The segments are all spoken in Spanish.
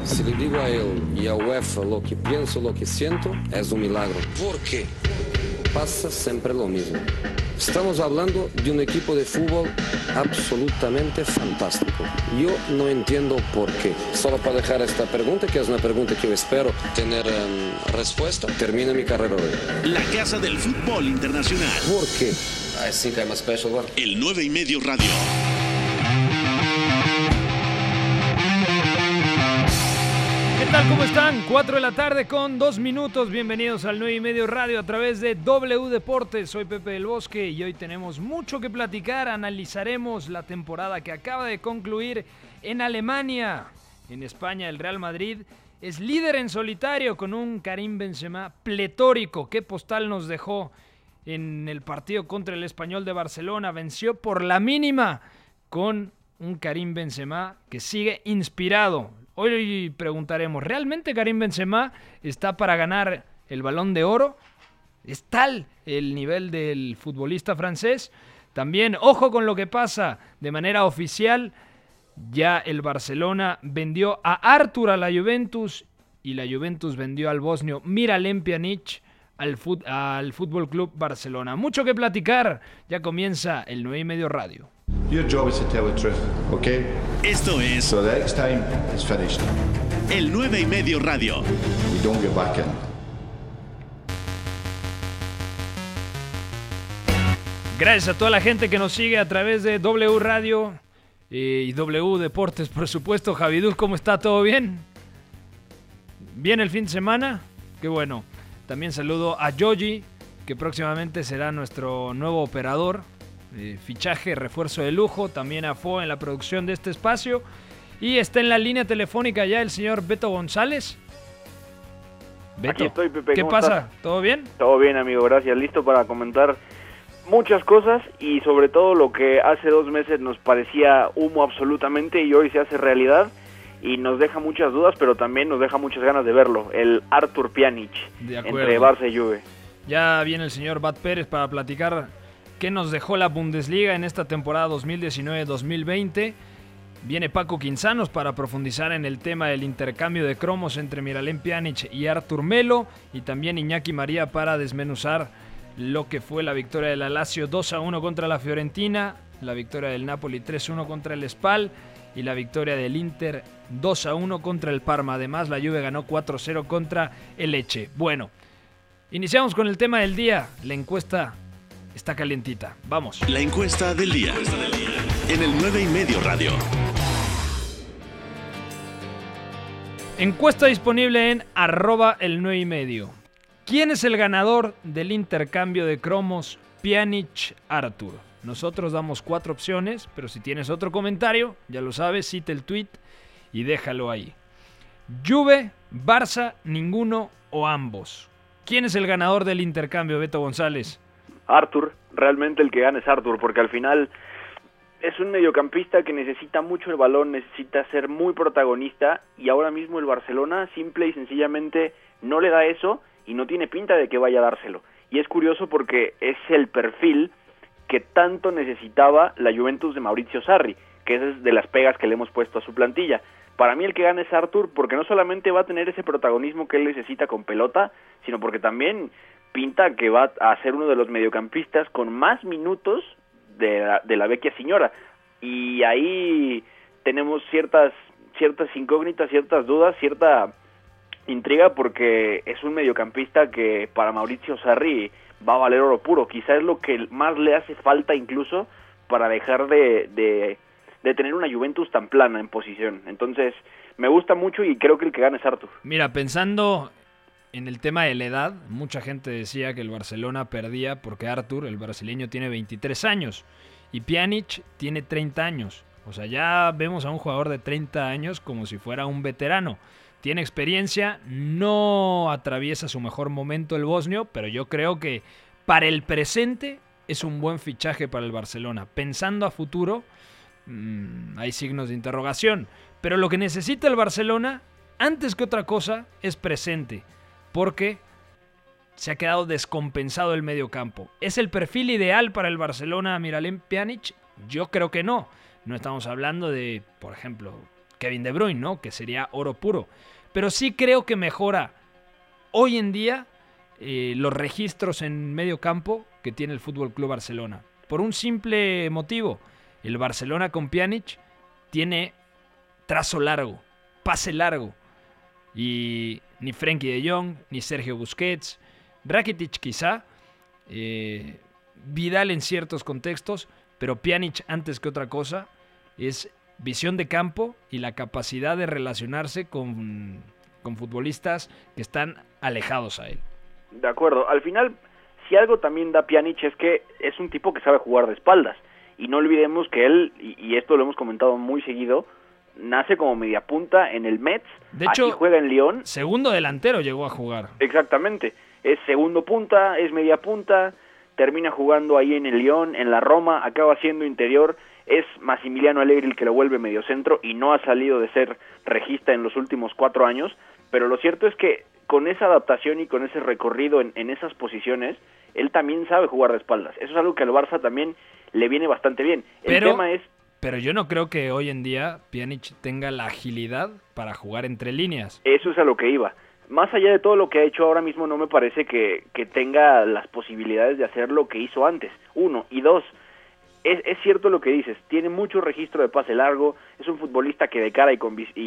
Si le digo a él y a UEFA lo que pienso, lo que siento, es un milagro. ¿Por qué? Pasa siempre lo mismo. Estamos hablando de un equipo de fútbol absolutamente fantástico. Yo no entiendo por qué. Solo para dejar esta pregunta, que es una pregunta que yo espero tener respuesta, termina mi carrera hoy. La casa del fútbol internacional. ¿Por qué? I think I'm a special one. El 9:30 Radio. ¿Qué tal? ¿Cómo están? 4 de la tarde con 2 minutos. Bienvenidos al 9:30 Radio a través de W Deportes. Soy Pepe del Bosque y hoy tenemos mucho que platicar. Analizaremos la temporada que acaba de concluir en Alemania. En España, el Real Madrid es líder en solitario con un Karim Benzema pletórico. ¿Qué postal nos dejó en el partido contra el Español de Barcelona? Venció por la mínima con un Karim Benzema que sigue inspirado. Hoy preguntaremos, ¿realmente Karim Benzema está para ganar el Balón de Oro? ¿Es tal el nivel del futbolista francés? También, ojo con lo que pasa de manera oficial. Ya el Barcelona vendió a Artur a la Juventus y la Juventus vendió al bosnio Miralem Pjanic al Fútbol Club Barcelona. Mucho que platicar. Ya comienza el 9:30 Radio. Your job is to tell the truth, okay? Esto es So the next time it's finished. el 9:30 Radio. We don't get back in. Gracias a toda la gente que nos sigue a través de W Radio y W Deportes, por supuesto. Javidú, ¿cómo está? ¿Todo bien? ¿Bien el fin de semana? Qué bueno. También saludo a Yogi, que próximamente será nuestro nuevo operador. Fichaje, refuerzo de lujo. También a Fo en la producción de este espacio. Y está en la línea telefónica ya el señor Beto González. Beto, aquí estoy, Pepe. ¿qué pasa? ¿Estás? ¿Todo bien? Todo bien, amigo, gracias. Listo para comentar muchas cosas y sobre todo lo que hace 2 meses nos parecía humo absolutamente y hoy se hace realidad y nos deja muchas dudas, pero también nos deja muchas ganas de verlo. El Artur Pjanic entre Barça y Juve. Ya viene el señor Bat Pérez para platicar qué nos dejó la Bundesliga en esta temporada 2019-2020. Viene Paco Quinzanos para profundizar en el tema del intercambio de cromos entre Miralem Pjanic y Artur Melo, y también Iñaki María para desmenuzar lo que fue la victoria de la Lazio 2-1 contra la Fiorentina, la victoria del Napoli 3-1 contra el Spal y la victoria del Inter 2-1 contra el Parma. Además, la Juve ganó 4-0 contra el Lecce. Bueno, iniciamos con el tema del día. La encuesta está calientita. Vamos. La encuesta del día. En el 9:30 Radio. Encuesta disponible en @el9:30. ¿Quién es el ganador del intercambio de cromos Pjanic-Artur? Nosotros damos 4 opciones, pero si tienes otro comentario, ya lo sabes, cita el tweet y déjalo ahí. Juve, Barça, ninguno o ambos. ¿Quién es el ganador del intercambio, Beto González? Artur, realmente el que gana es Artur, porque al final es un mediocampista que necesita mucho el balón, necesita ser muy protagonista y ahora mismo el Barcelona simple y sencillamente no le da eso y no tiene pinta de que vaya a dárselo. Y es curioso porque es el perfil que tanto necesitaba la Juventus de Maurizio Sarri, que esa es de las pegas que le hemos puesto a su plantilla. Para mí el que gana es Artur porque no solamente va a tener ese protagonismo que él necesita con pelota, sino porque también pinta que va a ser uno de los mediocampistas con más minutos de la vecchia señora. Y ahí tenemos ciertas incógnitas, ciertas dudas, cierta intriga porque es un mediocampista que para Maurizio Sarri va a valer oro puro. Quizás es lo que más le hace falta incluso para dejar de tener una Juventus tan plana en posición. Entonces me gusta mucho y creo que el que gana es Artur. Mira, pensando en el tema de la edad, mucha gente decía que el Barcelona perdía porque Artur, el brasileño, tiene 23 años y Pjanic tiene 30 años. O sea, ya vemos a un jugador de 30 años como si fuera un veterano. Tiene experiencia, no atraviesa su mejor momento el bosnio, pero yo creo que para el presente es un buen fichaje para el Barcelona. Pensando a futuro, hay signos de interrogación. Pero lo que necesita el Barcelona, antes que otra cosa, es presente. Porque se ha quedado descompensado el mediocampo. ¿Es el perfil ideal para el Barcelona Miralem Pjanic? Yo creo que no. No estamos hablando de, por ejemplo, Kevin De Bruyne, ¿no? Que sería oro puro. Pero sí creo que mejora hoy en día los registros en medio campo que tiene el Fútbol Club Barcelona. Por un simple motivo, el Barcelona con Pjanic tiene trazo largo, pase largo. Y ni Frenkie de Jong, ni Sergio Busquets, Rakitic quizá, Vidal en ciertos contextos, pero Pjanic antes que otra cosa es visión de campo y la capacidad de relacionarse con futbolistas que están alejados a él. De acuerdo, al final, si algo también da Pjanic es que es un tipo que sabe jugar de espaldas, y no olvidemos que él, y esto lo hemos comentado muy seguido, nace como mediapunta en el Metz, de hecho, aquí juega en Lyon. Segundo delantero llegó a jugar. Exactamente, es segundo punta, es media punta, termina jugando ahí en el Lyon, en la Roma, acaba siendo interior, es Massimiliano Allegri el que lo vuelve mediocentro y no ha salido de ser regista en los últimos 4 años, pero lo cierto es que con esa adaptación y con ese recorrido en esas posiciones, él también sabe jugar de espaldas. Eso es algo que al Barça también le viene bastante bien. El tema es... Pero yo no creo que hoy en día Pjanic tenga la agilidad para jugar entre líneas. Eso es a lo que iba. Más allá de todo lo que ha hecho ahora mismo, no me parece que tenga las posibilidades de hacer lo que hizo antes. 1, y 2, es cierto lo que dices, tiene mucho registro de pase largo, es un futbolista que de cara y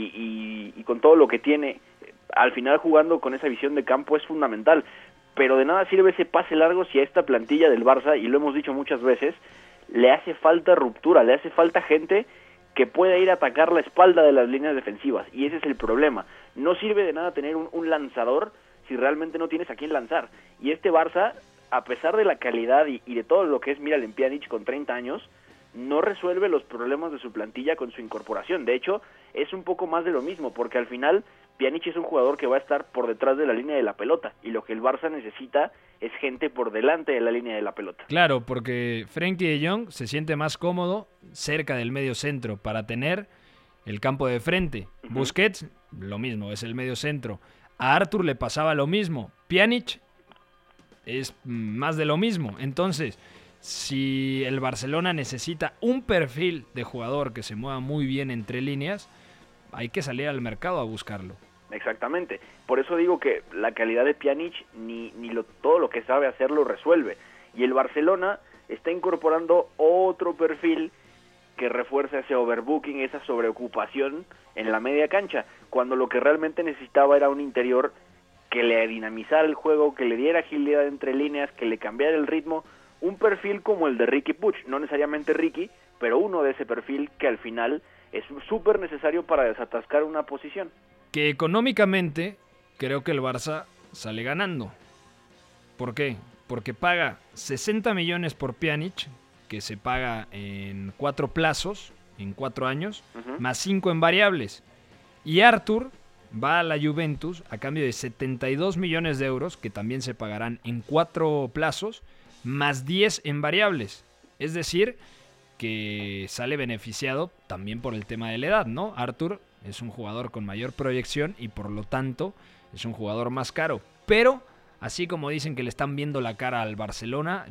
con todo lo que tiene, al final jugando con esa visión de campo es fundamental. Pero de nada sirve ese pase largo si a esta plantilla del Barça, y lo hemos dicho muchas veces, le hace falta ruptura, le hace falta gente que pueda ir a atacar la espalda de las líneas defensivas, y ese es el problema. No sirve de nada tener un lanzador si realmente no tienes a quién lanzar, y este Barça, a pesar de la calidad y de todo lo que es Miralem Pjanic con 30 años, no resuelve los problemas de su plantilla con su incorporación. De hecho, es un poco más de lo mismo, porque al final Pjanic es un jugador que va a estar por detrás de la línea de la pelota, y lo que el Barça necesita es gente por delante de la línea de la pelota. Claro, porque Frenkie de Jong se siente más cómodo cerca del medio centro para tener el campo de frente. Uh-huh. Busquets, lo mismo, es el medio centro. A Arthur le pasaba lo mismo. Pjanic es más de lo mismo. Entonces, si el Barcelona necesita un perfil de jugador que se mueva muy bien entre líneas, hay que salir al mercado a buscarlo. Exactamente, por eso digo que la calidad de Pjanic ni todo lo que sabe hacer lo resuelve, y el Barcelona está incorporando otro perfil que refuerza ese overbooking, esa sobreocupación en la media cancha, cuando lo que realmente necesitaba era un interior que le dinamizara el juego, que le diera agilidad entre líneas, que le cambiara el ritmo, un perfil como el de Riqui Puig, no necesariamente Riqui, pero uno de ese perfil que al final es súper necesario para desatascar una posición. Que económicamente creo que el Barça sale ganando. ¿Por qué? Porque paga 60 millones por Pjanic, que se paga en 4 plazos, en 4 años, uh-huh, más 5 en variables. Y Arthur va a la Juventus a cambio de 72 millones de euros, que también se pagarán en 4 plazos, más 10 en variables. Es decir, que sale beneficiado también por el tema de la edad, ¿no? Arthur es un jugador con mayor proyección y por lo tanto es un jugador más caro. Pero, así como dicen que le están viendo la cara al Barcelona,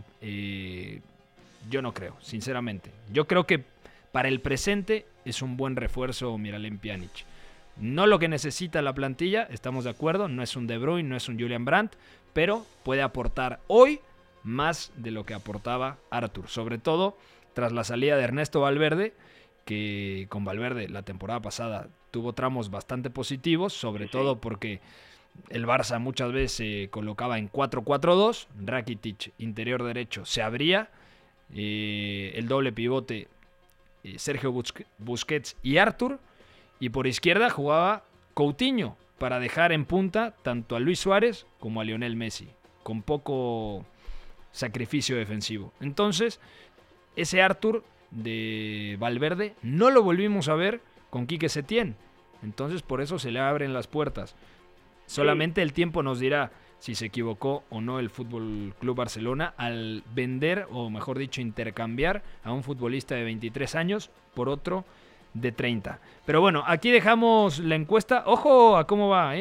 yo no creo, sinceramente. Yo creo que para el presente es un buen refuerzo Miralem Pjanic. No lo que necesita la plantilla, estamos de acuerdo, no es un De Bruyne, no es un Julian Brandt, pero puede aportar hoy más de lo que aportaba Arthur, sobre todo tras la salida de Ernesto Valverde, que con Valverde la temporada pasada tuvo tramos bastante positivos, sobre todo porque el Barça muchas veces se colocaba en 4-4-2, Rakitic interior derecho se abría, el doble pivote Sergio Busquets y Arthur, y por izquierda jugaba Coutinho para dejar en punta tanto a Luis Suárez como a Lionel Messi, con poco sacrificio defensivo. Entonces, ese Arthur de Valverde no lo volvimos a ver con Quique Setién. Entonces, por eso se le abren las puertas. Solamente el tiempo nos dirá si se equivocó o no el Fútbol Club Barcelona al vender, o mejor dicho, intercambiar a un futbolista de 23 años por otro de 30. Pero bueno, aquí dejamos la encuesta. Ojo a cómo va,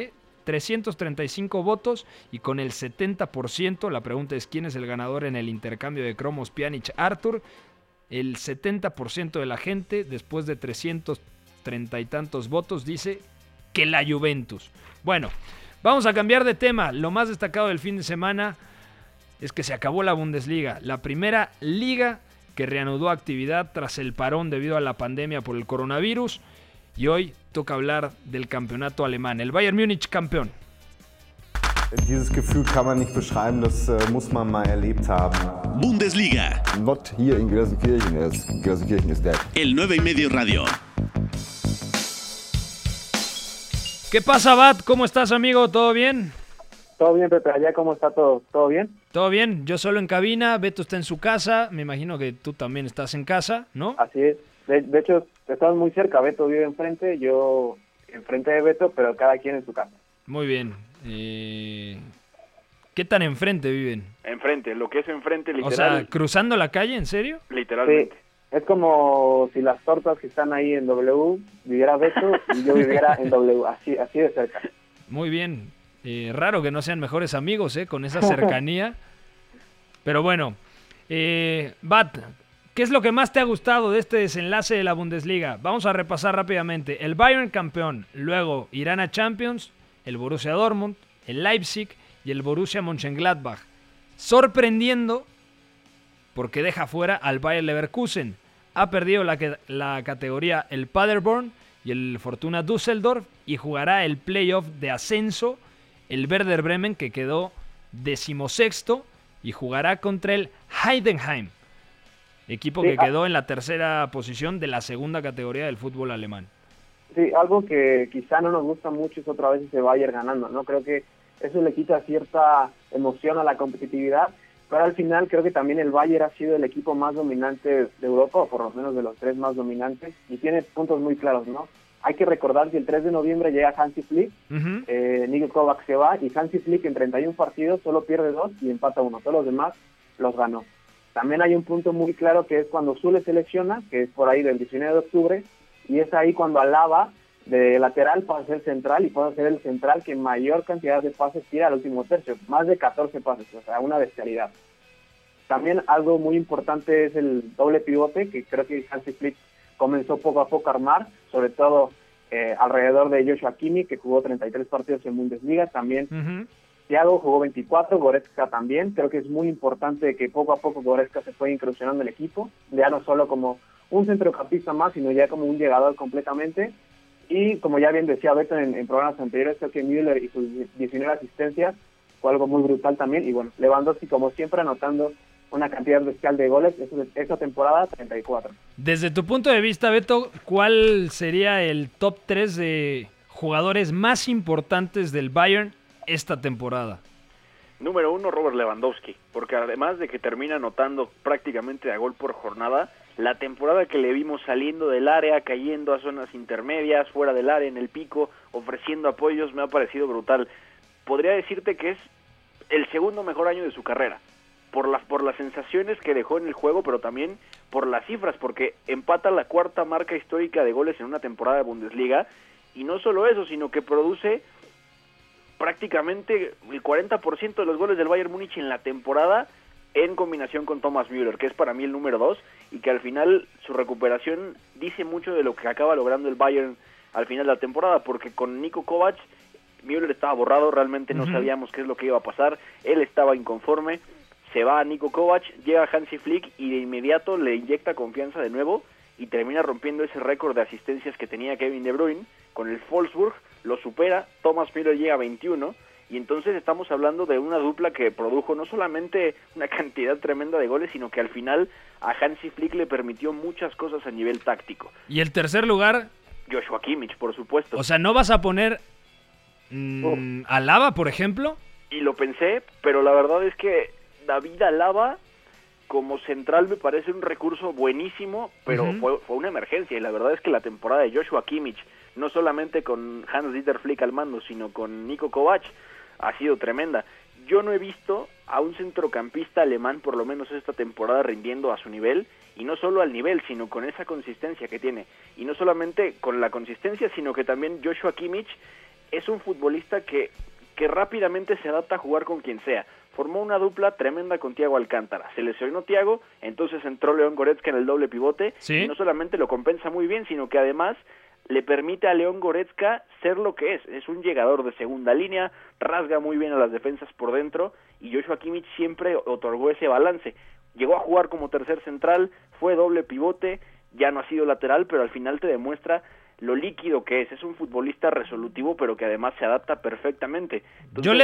335 votos y con el 70%. La pregunta es: ¿quién es el ganador en el intercambio de cromos Pjanic-Arthur? El 70% de la gente, después de 300 30 y tantos votos, dice que la Juventus. Bueno, vamos a cambiar de tema. Lo más destacado del fin de semana es que se acabó la Bundesliga, la primera liga que reanudó actividad tras el parón debido a la pandemia por el coronavirus. Y hoy toca hablar del campeonato alemán. El Bayern Múnich campeón. Dieses Gefühl kann man nicht beschreiben, das muss man mal erlebt haben. Bundesliga. Not here in Gelsenkirchen. Gelsenkirchen is dead. El 9y medio Radio. ¿Qué pasa, Bat? ¿Cómo estás, amigo? ¿Todo bien? Todo bien, Pepe. ¿Allá cómo está todo? ¿Todo bien? Todo bien. Yo solo en cabina. Beto está en su casa. Me imagino que tú también estás en casa, ¿no? Así es. De hecho, estamos muy cerca. Beto vive enfrente, yo enfrente de Beto, pero cada quien en su casa. Muy bien. ¿Qué tan enfrente viven? Enfrente, lo que es enfrente, literal. O sea, ¿cruzando la calle? ¿En serio? Literalmente. Sí. Es como si las tortas que están ahí en W viviera Beto y yo viviera en W, así de cerca. Muy bien. Raro que no sean mejores amigos, con esa cercanía. Pero bueno, Bat, ¿qué es lo que más te ha gustado de este desenlace de la Bundesliga? Vamos a repasar rápidamente. El Bayern campeón, luego irán a Champions, el Borussia Dortmund, el Leipzig y el Borussia Mönchengladbach. Sorprendiendo porque deja fuera al Bayer Leverkusen. Ha perdido la categoría el Paderborn y el Fortuna Düsseldorf y jugará el playoff de ascenso el Werder Bremen, que quedó 16º, y jugará contra el Heidenheim, equipo que quedó en la tercera posición de la segunda categoría del fútbol alemán. Sí, algo que quizá no nos gusta mucho es otra vez ese Bayern ganando, ¿no? Creo que eso le quita cierta emoción a la competitividad, pero al final creo que también el Bayern ha sido el equipo más dominante de Europa, o por lo menos de los tres más dominantes, y tiene puntos muy claros, ¿no? Hay que recordar que el 3 de noviembre llega Hansi Flick, Niko Kovac se va, y Hansi Flick en 31 partidos solo pierde 2 y empata 1. Todos los demás los ganó. También hay un punto muy claro que es cuando Zule selecciona, que es por ahí del 19 de octubre, y es ahí cuando Alaba de lateral pasa a ser central, y pasa a ser el central que mayor cantidad de pases tira al último tercio, más de 14 pases, o sea, una bestialidad. También algo muy importante es el doble pivote, que creo que Hansi Flick comenzó poco a poco a armar, sobre todo alrededor de Joshua Kimmich, que jugó 33 partidos en Bundesliga, también Thiago jugó 24, Goretzka también. Creo que es muy importante que poco a poco Goretzka se fue incursionando en el equipo, ya no solo como un centrocampista más, sino ya como un llegador completamente. Y como ya bien decía Beto en programas anteriores, creo que Müller y sus 19 asistencias fue algo muy brutal también. Y bueno, Lewandowski, como siempre, anotando una cantidad bestial de goles esta temporada, 34. Desde tu punto de vista, Beto, ¿cuál sería el top 3 de jugadores más importantes del Bayern esta temporada? Número 1, Robert Lewandowski, porque además de que termina anotando prácticamente a gol por jornada, la temporada que le vimos saliendo del área, cayendo a zonas intermedias, fuera del área, en el pico, ofreciendo apoyos, me ha parecido brutal. Podría decirte que es el segundo mejor año de su carrera, por las sensaciones que dejó en el juego, pero también por las cifras, porque empata la cuarta marca histórica de goles en una temporada de Bundesliga, y no solo eso, sino que produce prácticamente el 40% de los goles del Bayern Múnich en la temporada, en combinación con Thomas Müller, que es para mí el número 2, y que al final su recuperación dice mucho de lo que acaba logrando el Bayern al final de la temporada, porque con Niko Kovac, Müller estaba borrado, realmente no sabíamos qué es lo que iba a pasar, él estaba inconforme, se va a Niko Kovac, llega Hansi Flick y de inmediato le inyecta confianza de nuevo y termina rompiendo ese récord de asistencias que tenía Kevin De Bruyne con el Wolfsburg, lo supera, Thomas Müller llega a 21, y entonces estamos hablando de una dupla que produjo no solamente una cantidad tremenda de goles, sino que al final a Hansi Flick le permitió muchas cosas a nivel táctico. ¿Y el tercer lugar? Joshua Kimmich, por supuesto. O sea, ¿no vas a poner Alaba, por ejemplo? Y lo pensé, pero la verdad es que David Alaba como central me parece un recurso buenísimo, pero fue una emergencia, y la verdad es que la temporada de Joshua Kimmich, no solamente con Hans-Dieter Flick al mando, sino con Niko Kovac, ha sido tremenda. Yo no he visto a un centrocampista alemán, por lo menos esta temporada, rindiendo a su nivel, y no solo al nivel, sino con esa consistencia que tiene. Y no solamente con la consistencia, sino que también Joshua Kimmich es un futbolista que rápidamente se adapta a jugar con quien sea. Formó una dupla tremenda con Thiago Alcántara. Se lesionó Thiago, entonces entró León Goretzka en el doble pivote, y no solamente lo compensa muy bien, sino que además le permite a León Goretzka ser lo que es un llegador de segunda línea, rasga muy bien a las defensas por dentro, y Joshua Kimmich siempre otorgó ese balance. Llegó a jugar como tercer central, fue doble pivote, ya no ha sido lateral, pero al final te demuestra lo líquido que es un futbolista resolutivo, pero que además se adapta perfectamente. Entonces, yo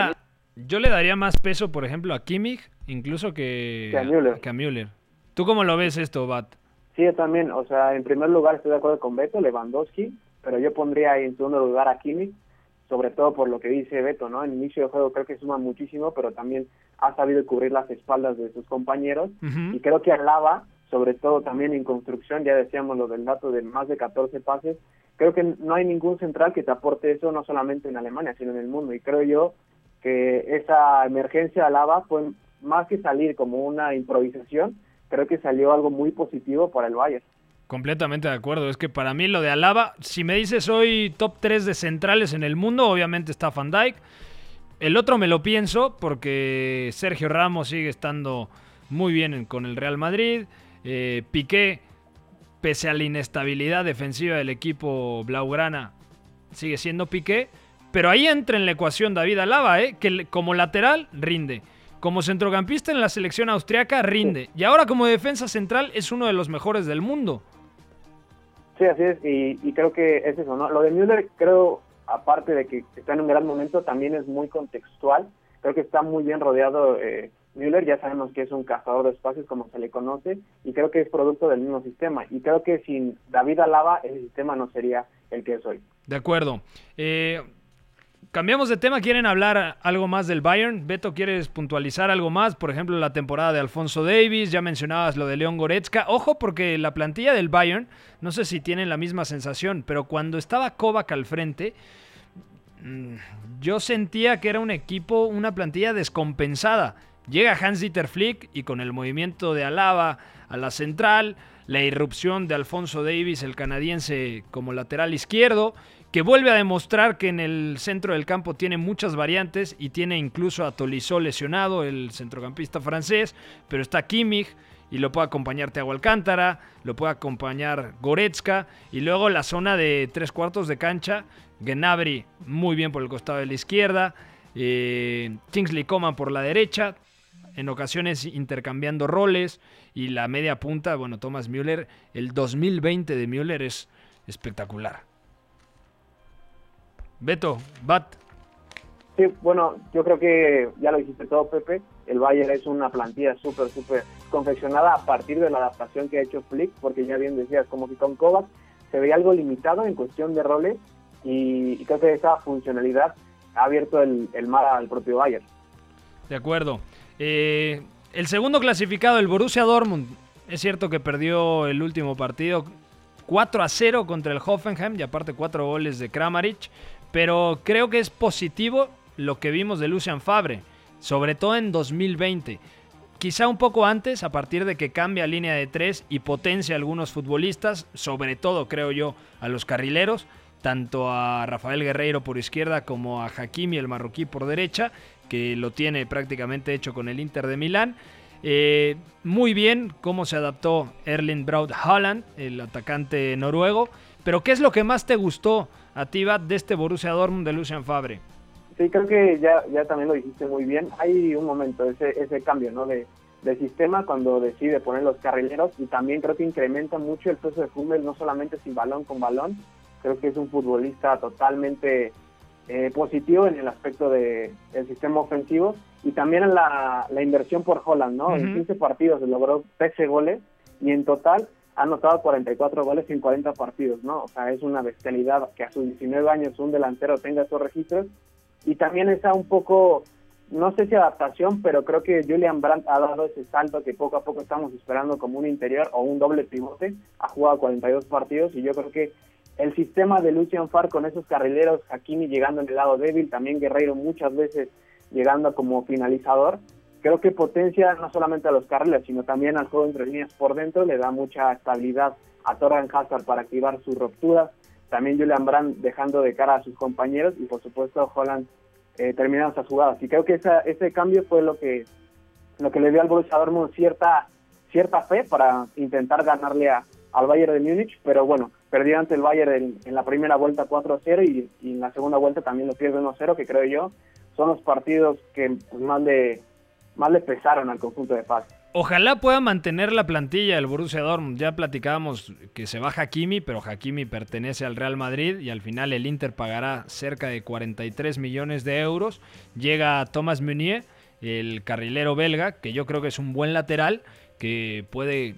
le daría más peso, por ejemplo, a Kimmich, incluso que a Müller. ¿Tú cómo lo ves esto, Bat? Sí, yo también. O sea, en primer lugar estoy de acuerdo con Beto, Lewandowski, pero yo pondría en segundo lugar a Kimmich, sobre todo por lo que dice Beto, ¿no? En inicio de juego creo que suma muchísimo, pero también ha sabido cubrir las espaldas de sus compañeros, y creo que Alaba, sobre todo también en construcción, ya decíamos lo del dato de más de 14 pases, creo que no hay ningún central que te aporte eso, no solamente en Alemania, sino en el mundo, y creo yo que esa emergencia de Alaba fue más que salir como una improvisación, creo que salió algo muy positivo para el Bayern. Completamente de acuerdo, es que para mí lo de Alaba, si me dices hoy top 3 de centrales en el mundo, obviamente está Van Dijk. El otro me lo pienso porque Sergio Ramos sigue estando muy bien con el Real Madrid. Piqué, pese a la inestabilidad defensiva del equipo blaugrana, sigue siendo Piqué. Pero ahí entra en la ecuación David Alaba, que como lateral rinde. Como centrocampista en la selección austriaca rinde. Y ahora como defensa central es uno de los mejores del mundo. Sí, así es, y creo que es eso, ¿no? Lo de Müller, creo, aparte de que está en un gran momento, también es muy contextual. Creo que está muy bien rodeado Müller, ya sabemos que es un cazador de espacios, como se le conoce, y creo que es producto del mismo sistema. Y creo que sin David Alaba, ese sistema no sería el que es hoy. De acuerdo. Cambiamos de tema, ¿quieren hablar algo más del Bayern? Beto, ¿quieres puntualizar algo más? Por ejemplo, la temporada de Alphonso Davies, ya mencionabas lo de León Goretzka. Ojo, porque la plantilla del Bayern, no sé si tienen la misma sensación, pero cuando estaba Kovac al frente, yo sentía que era un equipo, una plantilla descompensada. Llega Hans-Dieter Flick y con el movimiento de Alaba a la central, la irrupción de Alphonso Davies, el canadiense, como lateral izquierdo, que vuelve a demostrar que en el centro del campo tiene muchas variantes y tiene incluso a Tolisso lesionado, el centrocampista francés, pero está Kimmich y lo puede acompañar Thiago Alcántara, lo puede acompañar Goretzka, y luego la zona de 3/4 de cancha, Gnabry muy bien por el costado de la izquierda, Kingsley Coman por la derecha, en ocasiones intercambiando roles, y la media punta, bueno, Thomas Müller, el 2020 de Müller es espectacular. Beto, Bat. Sí, bueno, yo creo que ya lo dijiste todo, Pepe. El Bayern es una plantilla súper confeccionada a partir de la adaptación que ha hecho Flick, porque ya bien decías, como que con Kovac se veía algo limitado en cuestión de roles, y creo que esa funcionalidad ha abierto el mar al propio Bayern. De acuerdo. El segundo clasificado, el Borussia Dortmund, es cierto que perdió el último partido 4-0 contra el Hoffenheim, y aparte 4 goles de Kramaric, pero creo que es positivo lo que vimos de Lucien Favre, sobre todo en 2020. Quizá un poco antes, a partir de que cambia línea de 3 y potencia a algunos futbolistas, sobre todo creo yo a los carrileros, tanto a Rafael Guerreiro por izquierda como a Hakimi, el marroquí, por derecha, que lo tiene prácticamente hecho con el Inter de Milán. Muy bien cómo se adaptó Erling Braut Haaland, el atacante noruego. Pero ¿qué es lo que más te gustó a ti, Bat, de este Borussia Dortmund de Lucien Favre? Sí, creo que ya también lo dijiste muy bien. Hay un momento, ese cambio, ¿no? de sistema, cuando decide poner los carrileros, y también creo que incrementa mucho el peso de Hummels, no solamente sin balón, con balón. Creo que es un futbolista totalmente positivo en el aspecto del sistema ofensivo, y también en la inversión por Haaland, ¿no? En 15 partidos logró 13 goles, y en total ha anotado 44 goles en 40 partidos, ¿no? O sea, es una bestialidad que a sus 19 años un delantero tenga esos registros. Y también está un poco, no sé si adaptación, pero creo que Julian Brandt ha dado ese salto que poco a poco estamos esperando como un interior o un doble pivote. Ha jugado 42 partidos, y yo creo que el sistema de Lucien Favre con esos carrileros, Hakimi llegando en el lado débil, también Guerreiro muchas veces llegando como finalizador, creo que potencia no solamente a los carriles, sino también al juego entre líneas por dentro, le da mucha estabilidad a Torgan Hazard para activar sus rupturas, también Julian Brandt dejando de cara a sus compañeros, y por supuesto Haaland terminando esas jugadas. Y creo que ese cambio fue lo que le dio al Borussia Dortmund cierta fe para intentar ganarle al Bayern de Múnich, pero bueno, perdió ante el Bayern en la primera vuelta 4-0 y en la segunda vuelta también lo pierde 1-0, que creo yo son los partidos que pues, más le pesaron al conjunto de Paz. Ojalá pueda mantener la plantilla del Borussia Dortmund. Ya platicábamos que se va Hakimi, pero Hakimi pertenece al Real Madrid y al final el Inter pagará cerca de 43 millones de euros. Llega Thomas Meunier, el carrilero belga, que yo creo que es un buen lateral, que puede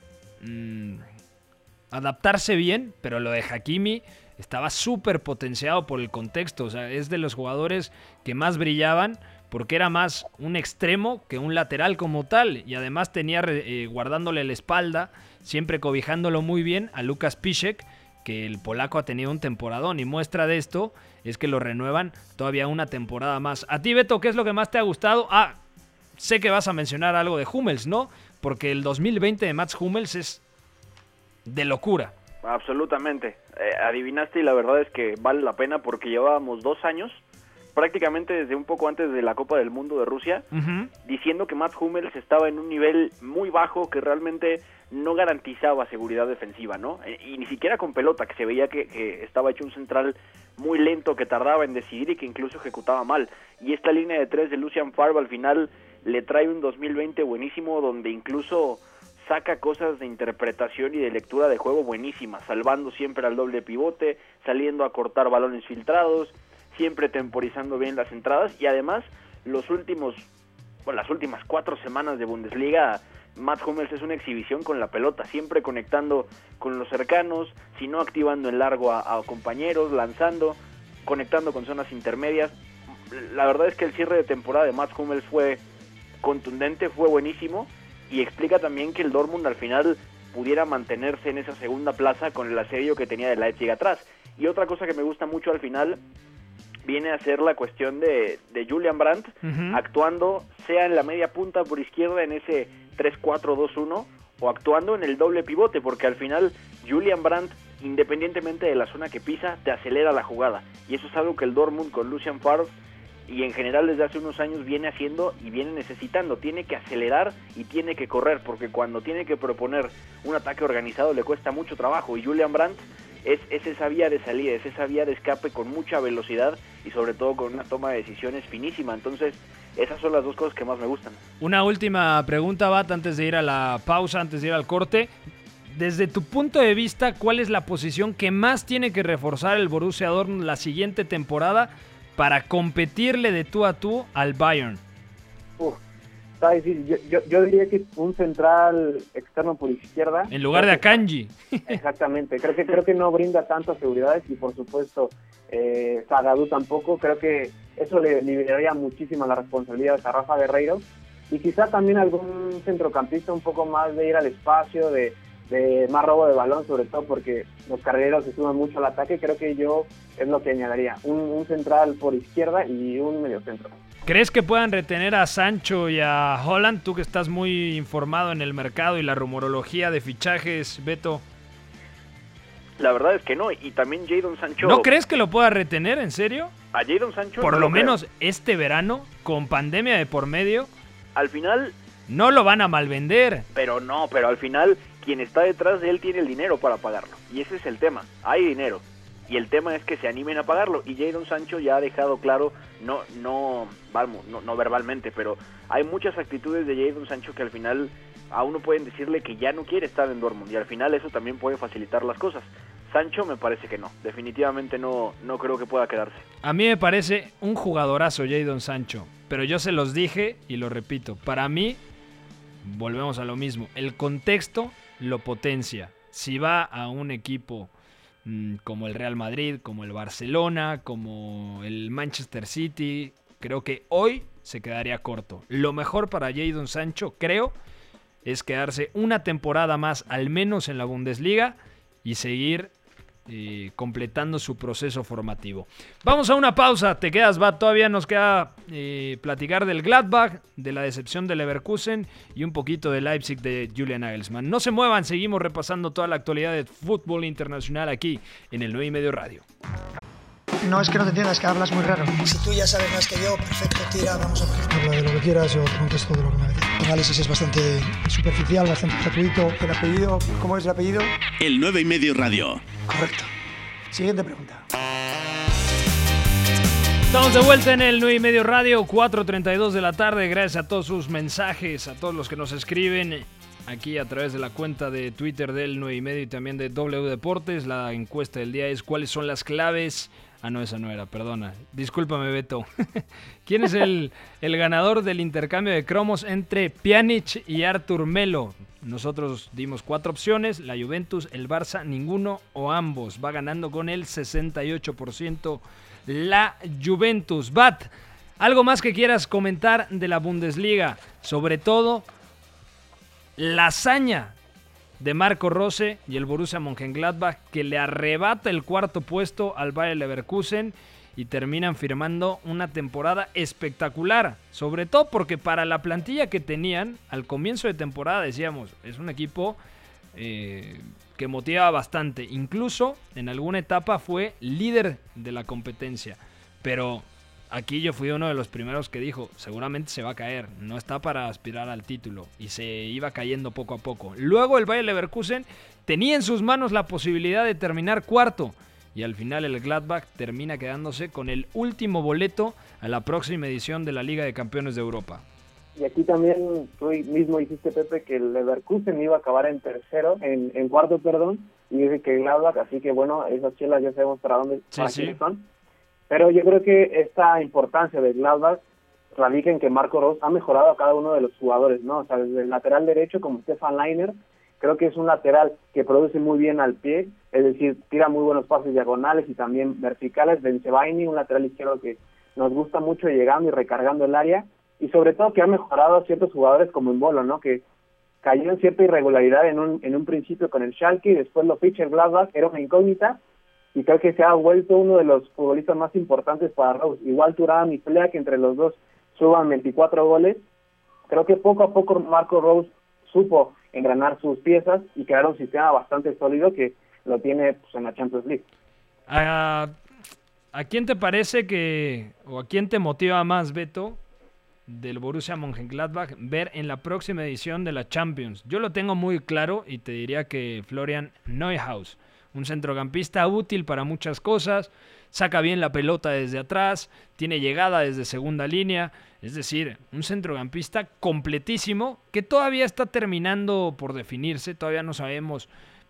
adaptarse bien, pero lo de Hakimi estaba súper potenciado por el contexto. O sea, es de los jugadores que más brillaban, porque era más un extremo que un lateral como tal, y además tenía guardándole la espalda, siempre cobijándolo muy bien a Lukas Piszczek, que el polaco ha tenido un temporadón, y muestra de esto es que lo renuevan todavía una temporada más. A ti, Beto, ¿qué es lo que más te ha gustado? Sé que vas a mencionar algo de Hummels, ¿no? Porque el 2020 de Mats Hummels es de locura. Absolutamente, adivinaste, y la verdad es que vale la pena porque llevábamos 2 años, prácticamente desde un poco antes de la Copa del Mundo de Rusia, diciendo que Mats Hummels estaba en un nivel muy bajo, que realmente no garantizaba seguridad defensiva, ¿no? Y ni siquiera con pelota, que se veía que estaba hecho un central muy lento, que tardaba en decidir y que incluso ejecutaba mal. Y esta línea de 3 de Lucien Favre al final le trae un 2020 buenísimo, donde incluso saca cosas de interpretación y de lectura de juego buenísimas, salvando siempre al doble pivote, saliendo a cortar balones filtrados, siempre temporizando bien las entradas, y además las últimas 4 semanas de Bundesliga, Mats Hummels es una exhibición con la pelota, siempre conectando con los cercanos, si no activando en largo a compañeros, lanzando, conectando con zonas intermedias. La verdad es que el cierre de temporada de Mats Hummels fue contundente, fue buenísimo, y explica también que el Dortmund al final pudiera mantenerse en esa segunda plaza con el asedio que tenía de Leipzig atrás. Y otra cosa que me gusta mucho al final viene a ser la cuestión de Julian Brandt, actuando sea en la media punta por izquierda en ese 3-4-2-1 o actuando en el doble pivote, porque al final Julian Brandt, independientemente de la zona que pisa, te acelera la jugada, y eso es algo que el Dortmund con Lucien Favre y en general desde hace unos años viene haciendo y viene necesitando. Tiene que acelerar y tiene que correr, porque cuando tiene que proponer un ataque organizado le cuesta mucho trabajo, y Julian Brandt es esa vía de salida, es esa vía de escape con mucha velocidad y sobre todo con una toma de decisiones finísima. Entonces esas son las 2 cosas que más me gustan. Una última pregunta, Bat, antes de ir a la pausa, antes de ir al corte. Desde tu punto de vista, ¿cuál es la posición que más tiene que reforzar el Borussia Dortmund la siguiente temporada para competirle de tú a tú al Bayern? Está difícil. Yo diría que un central externo por izquierda. En lugar de Akanji. Exactamente. Creo que no brinda tantas seguridades, y por supuesto Zagadou tampoco. Creo que eso le liberaría muchísimo la responsabilidad a Rafa Guerreiro, y quizá también algún centrocampista un poco más de ir al espacio, de más robo de balón, sobre todo porque los carrileros se suman mucho al ataque. Creo que yo es lo que añadiría, un central por izquierda y un mediocentro. ¿Crees que puedan retener a Sancho y a Haaland? Tú que estás muy informado en el mercado y la rumorología de fichajes, Beto. La verdad es que no, y también Jadon Sancho... ¿No crees que lo pueda retener, en serio? A Jadon Sancho... Por lo menos este verano, con pandemia de por medio... Al final... No lo van a malvender. Pero al final quien está detrás de él tiene el dinero para pagarlo, y ese es el tema, hay dinero. Y el tema es que se animen a pagarlo, y Jadon Sancho ya ha dejado claro, no verbalmente, pero hay muchas actitudes de Jadon Sancho que al final a uno pueden decirle que ya no quiere estar en Dortmund, y al final eso también puede facilitar las cosas. Sancho me parece que no, definitivamente no creo que pueda quedarse. A mí me parece un jugadorazo Jadon Sancho, pero yo se los dije y lo repito, para mí, volvemos a lo mismo, el contexto lo potencia. Si va a un equipo como el Real Madrid, como el Barcelona, como el Manchester City, creo que hoy se quedaría corto. Lo mejor para Jadon Sancho, creo, es quedarse una temporada más, al menos en la Bundesliga, y seguir completando su proceso formativo. Vamos a una pausa, te quedas, va, todavía nos queda platicar del Gladbach, de la decepción del Leverkusen y un poquito del Leipzig de Julian Nagelsmann. No se muevan, seguimos repasando toda la actualidad del fútbol internacional aquí en el 9 y medio Radio. No es que no te entiendas, que hablas muy raro. Si tú ya sabes más que yo, perfecto, tira, vamos a ver. Habla de lo que quieras, yo te contesto de lo que me dices. El análisis es bastante superficial, bastante gratuito. ¿El apellido? ¿Cómo es el apellido? El 9y medio Radio. Correcto. Siguiente pregunta. Estamos de vuelta en el 9y medio Radio, 4:32 de la tarde. Gracias a todos sus mensajes, a todos los que nos escriben aquí a través de la cuenta de Twitter del 9y medio y también de W Deportes. La encuesta del día es: ¿cuáles son las claves? Ah, no, esa no era, perdona. Discúlpame, Beto. ¿Quién es el ganador del intercambio de cromos entre Pjanic y Artur Melo? Nosotros dimos 4 opciones: la Juventus, el Barça, ninguno o ambos. Va ganando con el 68% la Juventus. Bat, ¿algo más que quieras comentar de la Bundesliga? Sobre todo la hazaña de Marco Rose y el Borussia Mönchengladbach, que le arrebata el 4º puesto al Bayer Leverkusen y terminan firmando una temporada espectacular, sobre todo porque para la plantilla que tenían al comienzo de temporada decíamos, es un equipo que motiva bastante, incluso en alguna etapa fue líder de la competencia, pero aquí yo fui uno de los primeros que dijo, seguramente se va a caer, no está para aspirar al título, y se iba cayendo poco a poco. Luego el Bayer Leverkusen tenía en sus manos la posibilidad de terminar 4º, y al final el Gladbach termina quedándose con el último boleto a la próxima edición de la Liga de Campeones de Europa. Y aquí también tú mismo dijiste, Pepe, que el Leverkusen iba a acabar en cuarto, y dice que el Gladbach, así que bueno, esas chelas ya sabemos para dónde quiénes son. Pero yo creo que esta importancia del Gladbach radica en que Marco Rose ha mejorado a cada uno de los jugadores, ¿no? O sea, desde el lateral derecho como Stefan Lainer, creo que es un lateral que produce muy bien al pie, es decir, tira muy buenos pases diagonales y también verticales. Bensebaini, un lateral izquierdo que nos gusta mucho llegando y recargando el área, y sobre todo que ha mejorado a ciertos jugadores como Embolo, ¿no? Que cayó en cierta irregularidad en un principio con el Schalke y después lo ficha el Gladbach, era una incógnita, y creo que se ha vuelto uno de los futbolistas más importantes para Rose. Igual Thuram y Plea, que entre los dos suban 24 goles. Creo que poco a poco Marco Rose supo engranar sus piezas y crear un sistema bastante sólido que lo tiene pues, en la Champions League. ¿A quién te parece o a quién te motiva más, Beto, del Borussia Mönchengladbach, ver en la próxima edición de la Champions? Yo lo tengo muy claro y te diría que Florian Neuhaus, un centrocampista útil para muchas cosas, saca bien la pelota desde atrás, tiene llegada desde segunda línea, es decir, un centrocampista completísimo que todavía está terminando por definirse, todavía no sabemos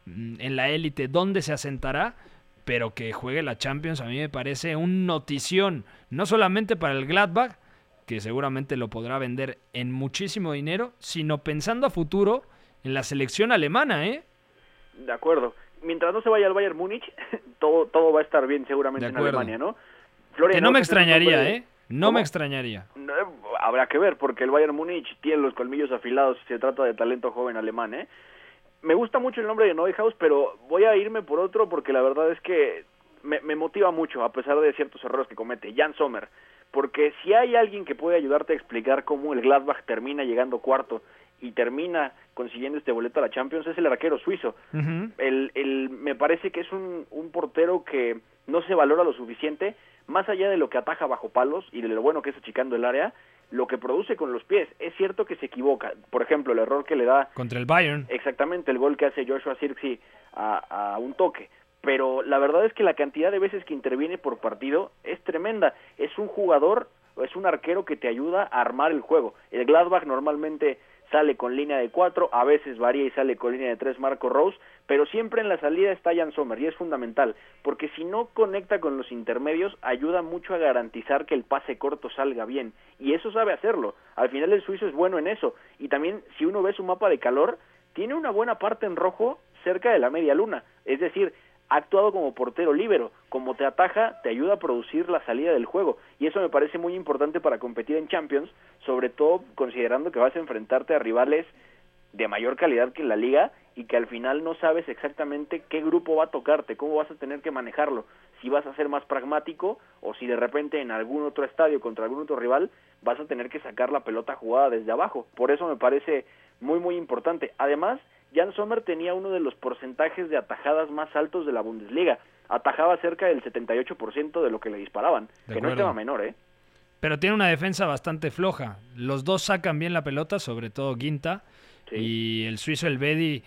en la élite dónde se asentará, pero que juegue la Champions a mí me parece un notición, no solamente para el Gladbach, que seguramente lo podrá vender en muchísimo dinero, sino pensando a futuro en la selección alemana, ¿eh? De acuerdo. Mientras no se vaya al Bayern Múnich, todo va a estar bien seguramente en Alemania, ¿no? Florian, que no me extrañaría, No me extrañaría. No, habrá que ver, porque el Bayern Múnich tiene los colmillos afilados si se trata de talento joven alemán, ¿eh? Me gusta mucho el nombre de Neuhaus, pero voy a irme por otro porque la verdad es que me motiva mucho, a pesar de ciertos errores que comete, Jan Sommer. Porque si hay alguien que puede ayudarte a explicar cómo el Gladbach termina llegando 4º y termina consiguiendo este boleto a la Champions, es el arquero suizo. Uh-huh. Me parece que es un portero que no se valora lo suficiente, más allá de lo que ataja bajo palos y de lo bueno que es achicando el área, lo que produce con los pies. Es cierto que se equivoca. Por ejemplo, el error que le da contra el Bayern. Exactamente, el gol que hace Joshua Zirkzee a un toque. Pero la verdad es que la cantidad de veces que interviene por partido es tremenda. Es un jugador, es un arquero que te ayuda a armar el juego. El Gladbach normalmente sale con línea de 4, a veces varía y sale con línea de 3 Marco Rose, pero siempre en la salida está Jan Sommer y es fundamental, porque si no conecta con los intermedios, ayuda mucho a garantizar que el pase corto salga bien, y eso sabe hacerlo. Al final el suizo es bueno en eso, y también si uno ve su mapa de calor, tiene una buena parte en rojo cerca de la media luna, es decir, ha actuado como portero líbero, como te ataja, te ayuda a producir la salida del juego, y eso me parece muy importante para competir en Champions, sobre todo considerando que vas a enfrentarte a rivales de mayor calidad que en la liga, y que al final no sabes exactamente qué grupo va a tocarte, cómo vas a tener que manejarlo, si vas a ser más pragmático, o si de repente en algún otro estadio contra algún otro rival, vas a tener que sacar la pelota jugada desde abajo, por eso me parece muy muy importante. Además, Jan Sommer tenía uno de los porcentajes de atajadas más altos de la Bundesliga. atajaba cerca del 78% de lo que le disparaban, que no es tema menor, ¿eh? Pero tiene una defensa bastante floja. Los dos sacan bien la pelota, sobre todo Ginta, sí. Y el suizo Elvedi,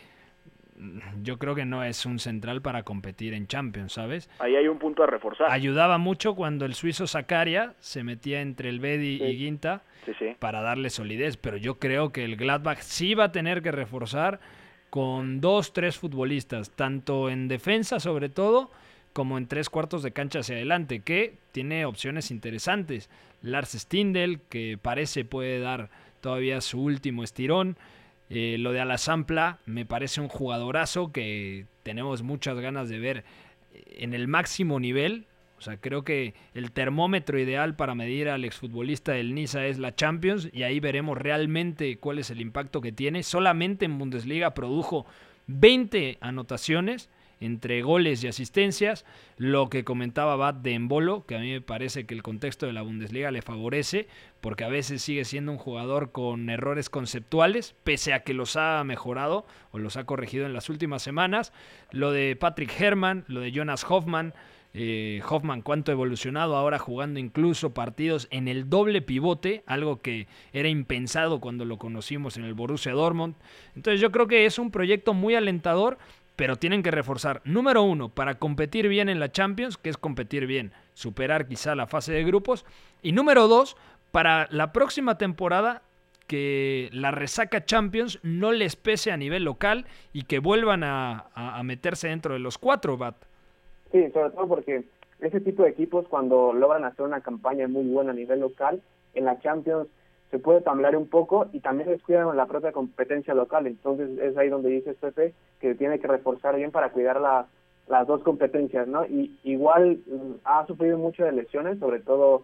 yo creo que no es un central para competir en Champions, ¿sabes? Ahí hay un punto a reforzar. Ayudaba mucho cuando el suizo Zakaria se metía entre Elvedi y Ginta sí. para darle solidez, pero yo creo que el Gladbach sí va a tener que reforzar con 2-3 futbolistas, tanto en defensa sobre todo, como en 3/4 de cancha hacia adelante, que tiene opciones interesantes. Lars Stindl, que parece puede dar todavía su último estirón. Lo de Alasampla me parece un jugadorazo que tenemos muchas ganas de ver en el máximo nivel. O sea, creo que el termómetro ideal para medir al exfutbolista del Niza es la Champions, y ahí veremos realmente cuál es el impacto que tiene. Solamente en Bundesliga produjo 20 anotaciones entre goles y asistencias, lo que comentaba Bat de Embolo, que a mí me parece que el contexto de la Bundesliga le favorece, porque a veces sigue siendo un jugador con errores conceptuales, pese a que los ha mejorado o los ha corregido en las últimas semanas. Lo de Patrick Herrmann, lo de Jonas Hoffmann, Hoffmann cuánto ha evolucionado ahora jugando incluso partidos en el doble pivote, algo que era impensado cuando lo conocimos en el Borussia Dortmund. Entonces yo creo que es un proyecto muy alentador, pero tienen que reforzar, número 1, para competir bien en la Champions, que es competir bien, superar quizá la fase de grupos, y número 2, para la próxima temporada, que la resaca Champions no les pese a nivel local y que vuelvan a meterse dentro de los 4, Bat. Sí, sobre todo porque ese tipo de equipos, cuando logran hacer una campaña muy buena a nivel local, en la Champions se puede tambalear un poco y también descuidan la propia competencia local. Entonces es ahí donde dice Pepe que tiene que reforzar bien para cuidar las dos competencias, ¿no? Y igual ha sufrido mucho de lesiones, sobre todo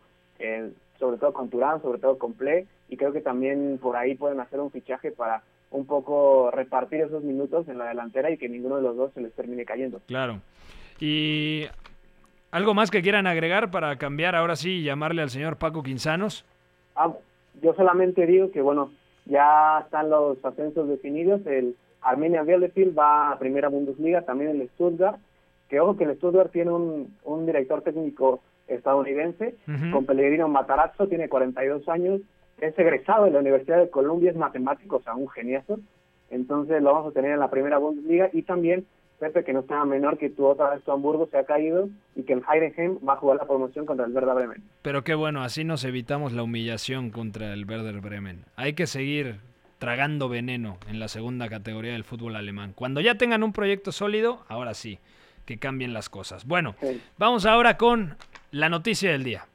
con Thuram, sobre todo con Plé, y creo que también por ahí pueden hacer un fichaje para un poco repartir esos minutos en la delantera y que ninguno de los dos se les termine cayendo. Claro. ¿Y algo más que quieran agregar para cambiar ahora sí y llamarle al señor Paco Quinzanos? Yo solamente digo que, bueno, ya están los ascensos definidos. El Arminia Bielefeld va a Primera Bundesliga, también el Stuttgart, que ojo que el Stuttgart tiene un director técnico estadounidense, con Pellegrino Matarazzo, tiene 42 años, es egresado de la Universidad de Columbia, es matemático, o sea, un geniazo. Entonces lo vamos a tener en la Primera Bundesliga, y también Pepe, que no está menor, que otra vez tu Hamburgo se ha caído y que el Heidenheim va a jugar la promoción contra el Werder Bremen. Pero qué bueno, así nos evitamos la humillación contra el Werder Bremen. Hay que seguir tragando veneno en la segunda categoría del fútbol alemán. Cuando ya tengan un proyecto sólido, ahora sí, que cambien las cosas. Bueno, vamos ahora con la noticia del día.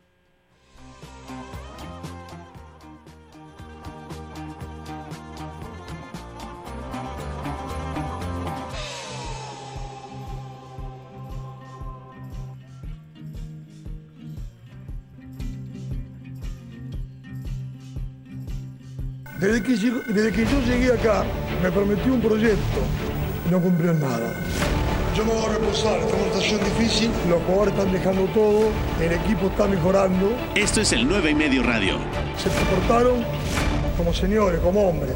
Desde que yo llegué acá, me prometió un proyecto y no cumplió nada. Yo me voy a reposar, esta situación difícil, los jugadores están dejando todo, el equipo está mejorando. Esto es el 9 y medio Radio. Se comportaron como señores, como hombres.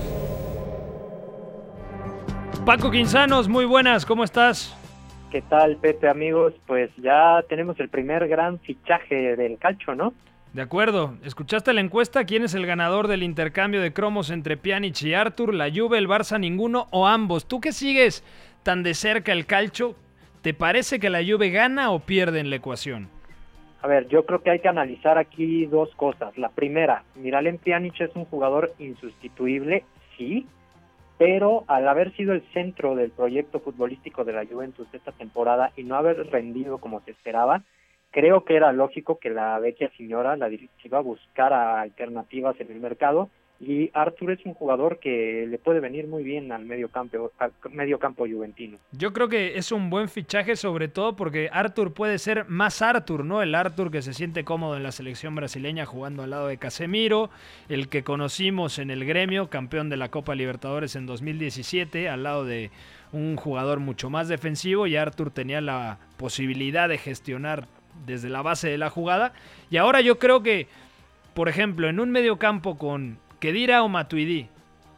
Paco Quinzanos, muy buenas, ¿cómo estás? ¿Qué tal, Pepe, amigos? Pues ya tenemos el primer gran fichaje del calcio, ¿no? De acuerdo. ¿Escuchaste la encuesta? ¿Quién es el ganador del intercambio de cromos entre Pjanic y Arthur? ¿La Juve, el Barça, ninguno o ambos? ¿Tú que sigues tan de cerca el calcio, te parece que la Juve gana o pierde en la ecuación? A ver, yo creo que hay que analizar aquí dos cosas. La primera, Miralem Pjanic es un jugador insustituible, sí, pero al haber sido el centro del proyecto futbolístico de la Juventus esta temporada y no haber rendido como se esperaba, creo que era lógico que la vecchia señora, la directiva, buscara alternativas en el mercado, y Arthur es un jugador que le puede venir muy bien al medio campo juventino. Yo creo que es un buen fichaje, sobre todo porque Arthur puede ser más Arthur, ¿no? El Arthur que se siente cómodo en la selección brasileña jugando al lado de Casemiro, el que conocimos en el Gremio, campeón de la Copa Libertadores en 2017, al lado de un jugador mucho más defensivo, y Arthur tenía la posibilidad de gestionar desde la base de la jugada. Y ahora yo creo que, por ejemplo, en un mediocampo con Khedira o Matuidi,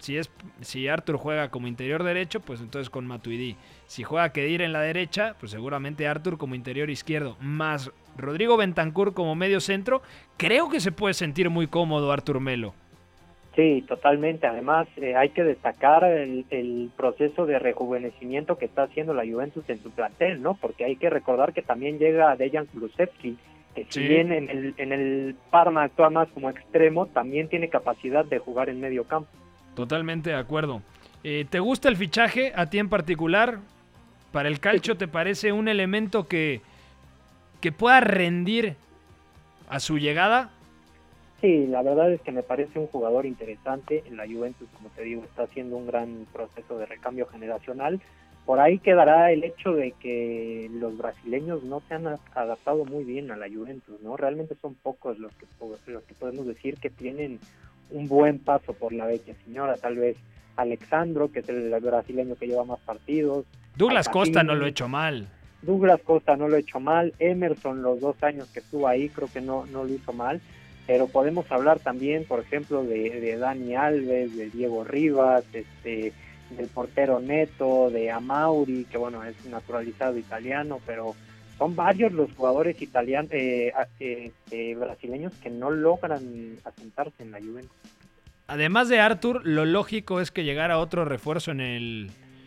Si Arthur juega como interior derecho, pues entonces con Matuidi. Si juega Khedira en la derecha, pues seguramente Arthur como interior izquierdo, más Rodrigo Bentancur como medio centro. Creo que se puede sentir muy cómodo Artur Melo. Sí, totalmente. Además, hay que destacar el proceso de rejuvenecimiento que está haciendo la Juventus en su plantel, ¿no? Porque hay que recordar que también llega Dejan Kulusevski, que si bien en el Parma actúa más como extremo, también tiene capacidad de jugar en medio campo. Totalmente de acuerdo. ¿Te gusta el fichaje a ti en particular? ¿Para el Calcio te parece un elemento que pueda rendir a su llegada? Sí, la verdad es que me parece un jugador interesante. En la Juventus, como te digo, está haciendo un gran proceso de recambio generacional. Por ahí quedará el hecho de que los brasileños no se han adaptado muy bien a la Juventus, ¿no? Realmente son pocos los que podemos decir que tienen un buen paso por la vecchia señora. Tal vez Alexandro, que es el brasileño que lleva más partidos. Douglas Costa no lo ha hecho mal. Emerson, los 2 años que estuvo ahí, creo que no lo hizo mal. Pero podemos hablar también, por ejemplo, de Dani Alves, de Diego Rivas, del portero Neto, de Amauri, que bueno, es naturalizado italiano, pero son varios los jugadores italianos, brasileños que no logran asentarse en la Juventus. Además de Arthur, lo lógico es que llegara otro refuerzo en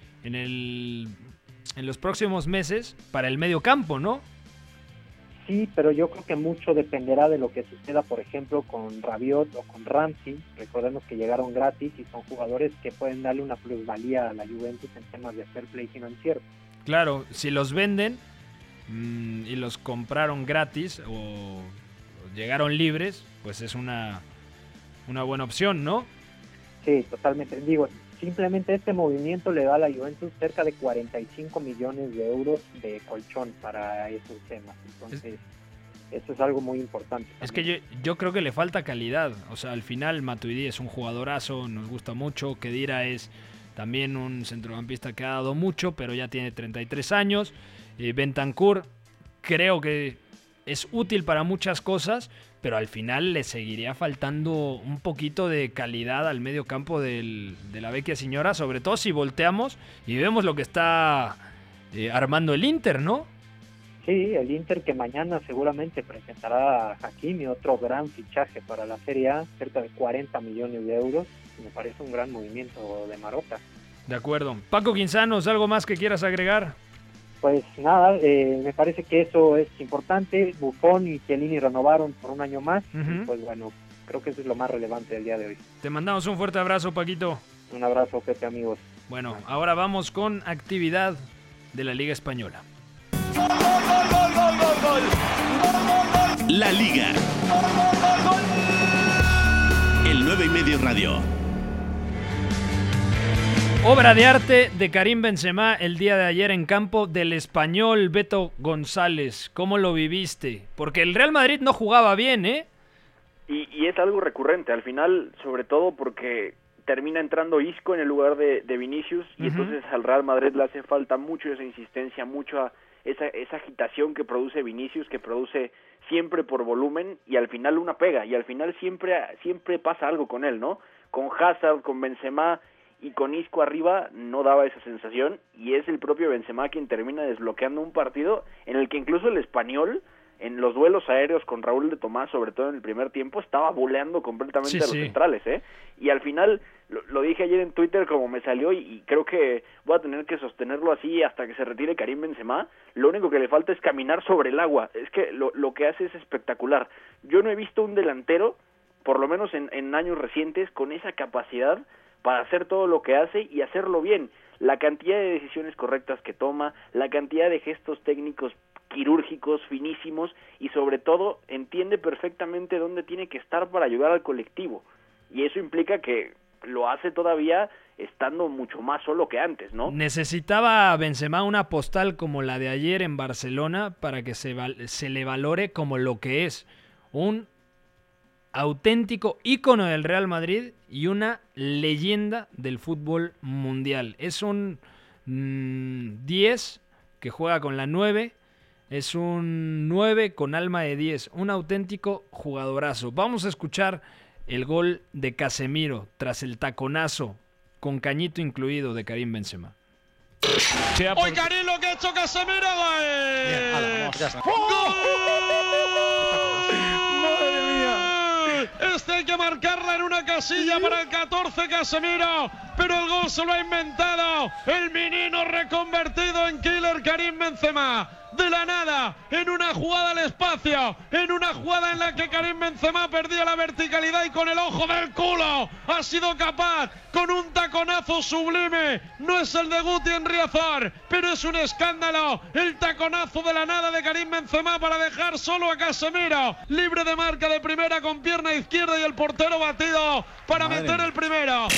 los próximos meses para el medio campo, ¿no? Sí, pero yo creo que mucho dependerá de lo que suceda, por ejemplo, con Rabiot o con Ramsey. Recordemos que llegaron gratis y son jugadores que pueden darle una plusvalía a la Juventus en temas de fair play financiero. Claro, si los venden y los compraron gratis o llegaron libres, pues es una buena opción, ¿no? Sí, totalmente. Digo, simplemente este movimiento le da a la Juventus cerca de 45 millones de euros de colchón para esos temas. Entonces, eso es algo muy importante también. Es que yo creo que le falta calidad. O sea, al final Matuidi es un jugadorazo, nos gusta mucho. Khedira es también un centrocampista que ha dado mucho, pero ya tiene 33 años. Bentancur creo que es útil para muchas cosas, pero al final le seguiría faltando un poquito de calidad al medio campo de la vecchia señora, sobre todo si volteamos y vemos lo que está armando el Inter, ¿no? Sí, el Inter que mañana seguramente presentará a Hakimi, otro gran fichaje para la Serie A, cerca de 40 millones de euros. Me parece un gran movimiento de Marotta. De acuerdo. Paco Quinzanos, ¿algo más que quieras agregar? Pues nada, me parece que eso es importante. Buffon y Chiellini renovaron por un año más. Y pues bueno, creo que eso es lo más relevante del día de hoy. Te mandamos un fuerte abrazo, Paquito. Un abrazo, Pepe, amigos. Bueno, ahora vamos con actividad de la Liga Española. ¡Gol! La Liga. El 9y medio Radio. Obra de arte de Karim Benzema el día de ayer en campo del Español. Beto González, ¿cómo lo viviste? Porque el Real Madrid no jugaba bien, ¿eh? Y es algo recurrente, al final, sobre todo porque termina entrando Isco en el lugar de Vinicius, y entonces al Real Madrid le hace falta mucho esa insistencia, mucho esa agitación que produce Vinicius, que produce siempre por volumen, y al final una pega, y al final siempre pasa algo con él, ¿no? Con Hazard, con Benzema y con Isco arriba no daba esa sensación, y es el propio Benzema quien termina desbloqueando un partido en el que incluso el Español, en los duelos aéreos con Raúl de Tomás, sobre todo en el primer tiempo, estaba buleando completamente a los centrales, y al final, lo dije ayer en Twitter como me salió, y creo que voy a tener que sostenerlo así hasta que se retire Karim Benzema. Lo único que le falta es caminar sobre el agua, es que lo que hace es espectacular. Yo no he visto un delantero, por lo menos en años recientes, con esa capacidad para hacer todo lo que hace y hacerlo bien. La cantidad de decisiones correctas que toma, la cantidad de gestos técnicos quirúrgicos, finísimos, y sobre todo entiende perfectamente dónde tiene que estar para ayudar al colectivo. Y eso implica que lo hace todavía estando mucho más solo que antes, ¿no? Necesitaba Benzema una postal como la de ayer en Barcelona para que se le valore como lo que es, un auténtico ícono del Real Madrid y una leyenda del fútbol mundial. Es un 10 que juega con la 9, es un 9 con alma de 10, un auténtico jugadorazo. Vamos a escuchar el gol de Casemiro tras el taconazo con cañito incluido de Karim Benzema. ¡Hoy Karim lo que ha hecho Casemiro! ¡Gol! ¡Madre mía! Este hay que marcarla en una casilla para el 14 Casemiro, pero el gol se lo ha inventado el menino reconvertido en killer Karim Benzema. De la nada, en una jugada al espacio, en una jugada en la que Karim Benzema perdía la verticalidad y con el ojo del culo ha sido capaz, con un taconazo sublime, no es el de Guti en Riazor, pero es un escándalo, el taconazo de la nada de Karim Benzema para dejar solo a Casemiro, libre de marca de primera con pierna izquierda y el portero batido para meter el primero.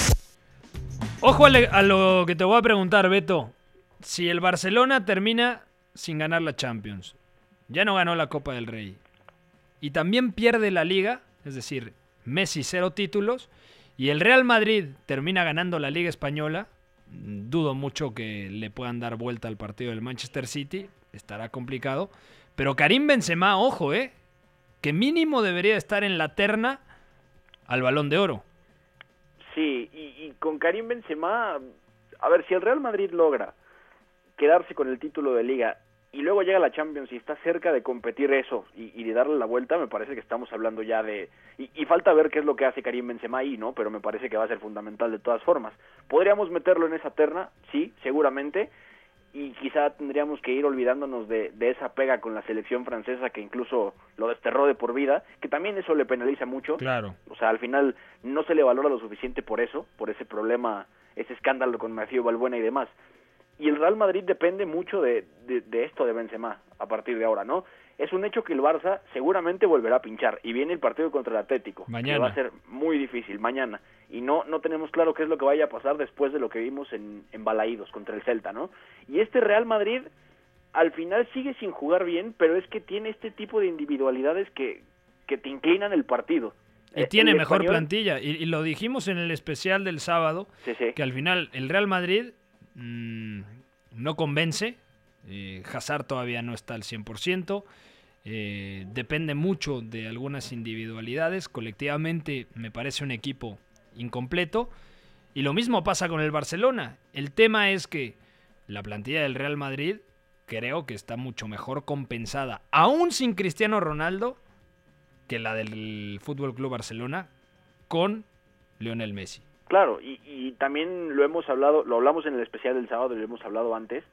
Ojo a lo que te voy a preguntar, Beto. Si el Barcelona termina sin ganar la Champions, ya no ganó la Copa del Rey y también pierde la Liga, es decir, Messi 0 títulos, y el Real Madrid termina ganando la Liga Española, dudo mucho que le puedan dar vuelta al partido del Manchester City, estará complicado, pero Karim Benzema, ojo, que mínimo debería estar en la terna al Balón de Oro. Sí, y con Karim Benzema, a ver, si el Real Madrid logra quedarse con el título de Liga y luego llega la Champions y está cerca de competir eso y de darle la vuelta, me parece que estamos hablando ya de... Y falta ver qué es lo que hace Karim Benzema ahí, ¿no? Pero me parece que va a ser fundamental de todas formas. ¿Podríamos meterlo en esa terna? Sí, seguramente, y quizá tendríamos que ir olvidándonos de esa pega con la selección francesa que incluso lo desterró de por vida, que también eso le penaliza mucho. Claro. O sea, al final no se le valora lo suficiente por eso, por ese problema, ese escándalo con Mathieu Valbuena y demás. Y el Real Madrid depende mucho de esto de Benzema a partir de ahora, ¿no? Es un hecho que el Barça seguramente volverá a pinchar y viene el partido contra el Atlético, mañana, que va a ser muy difícil mañana, y no tenemos claro qué es lo que vaya a pasar después de lo que vimos en Balaídos contra el Celta, ¿no? Y este Real Madrid al final sigue sin jugar bien, pero es que tiene este tipo de individualidades que te inclinan el partido. Y tiene mejor plantilla, y lo dijimos en el especial del sábado, sí. Que al final el Real Madrid no convence, Hazard todavía no está al 100%, depende mucho de algunas individualidades, colectivamente me parece un equipo incompleto, y lo mismo pasa con el Barcelona. El tema es que la plantilla del Real Madrid creo que está mucho mejor compensada, aún sin Cristiano Ronaldo, que la del Fútbol Club Barcelona con Lionel Messi. Claro, y también lo hablamos en el especial del sábado y lo hemos hablado antes.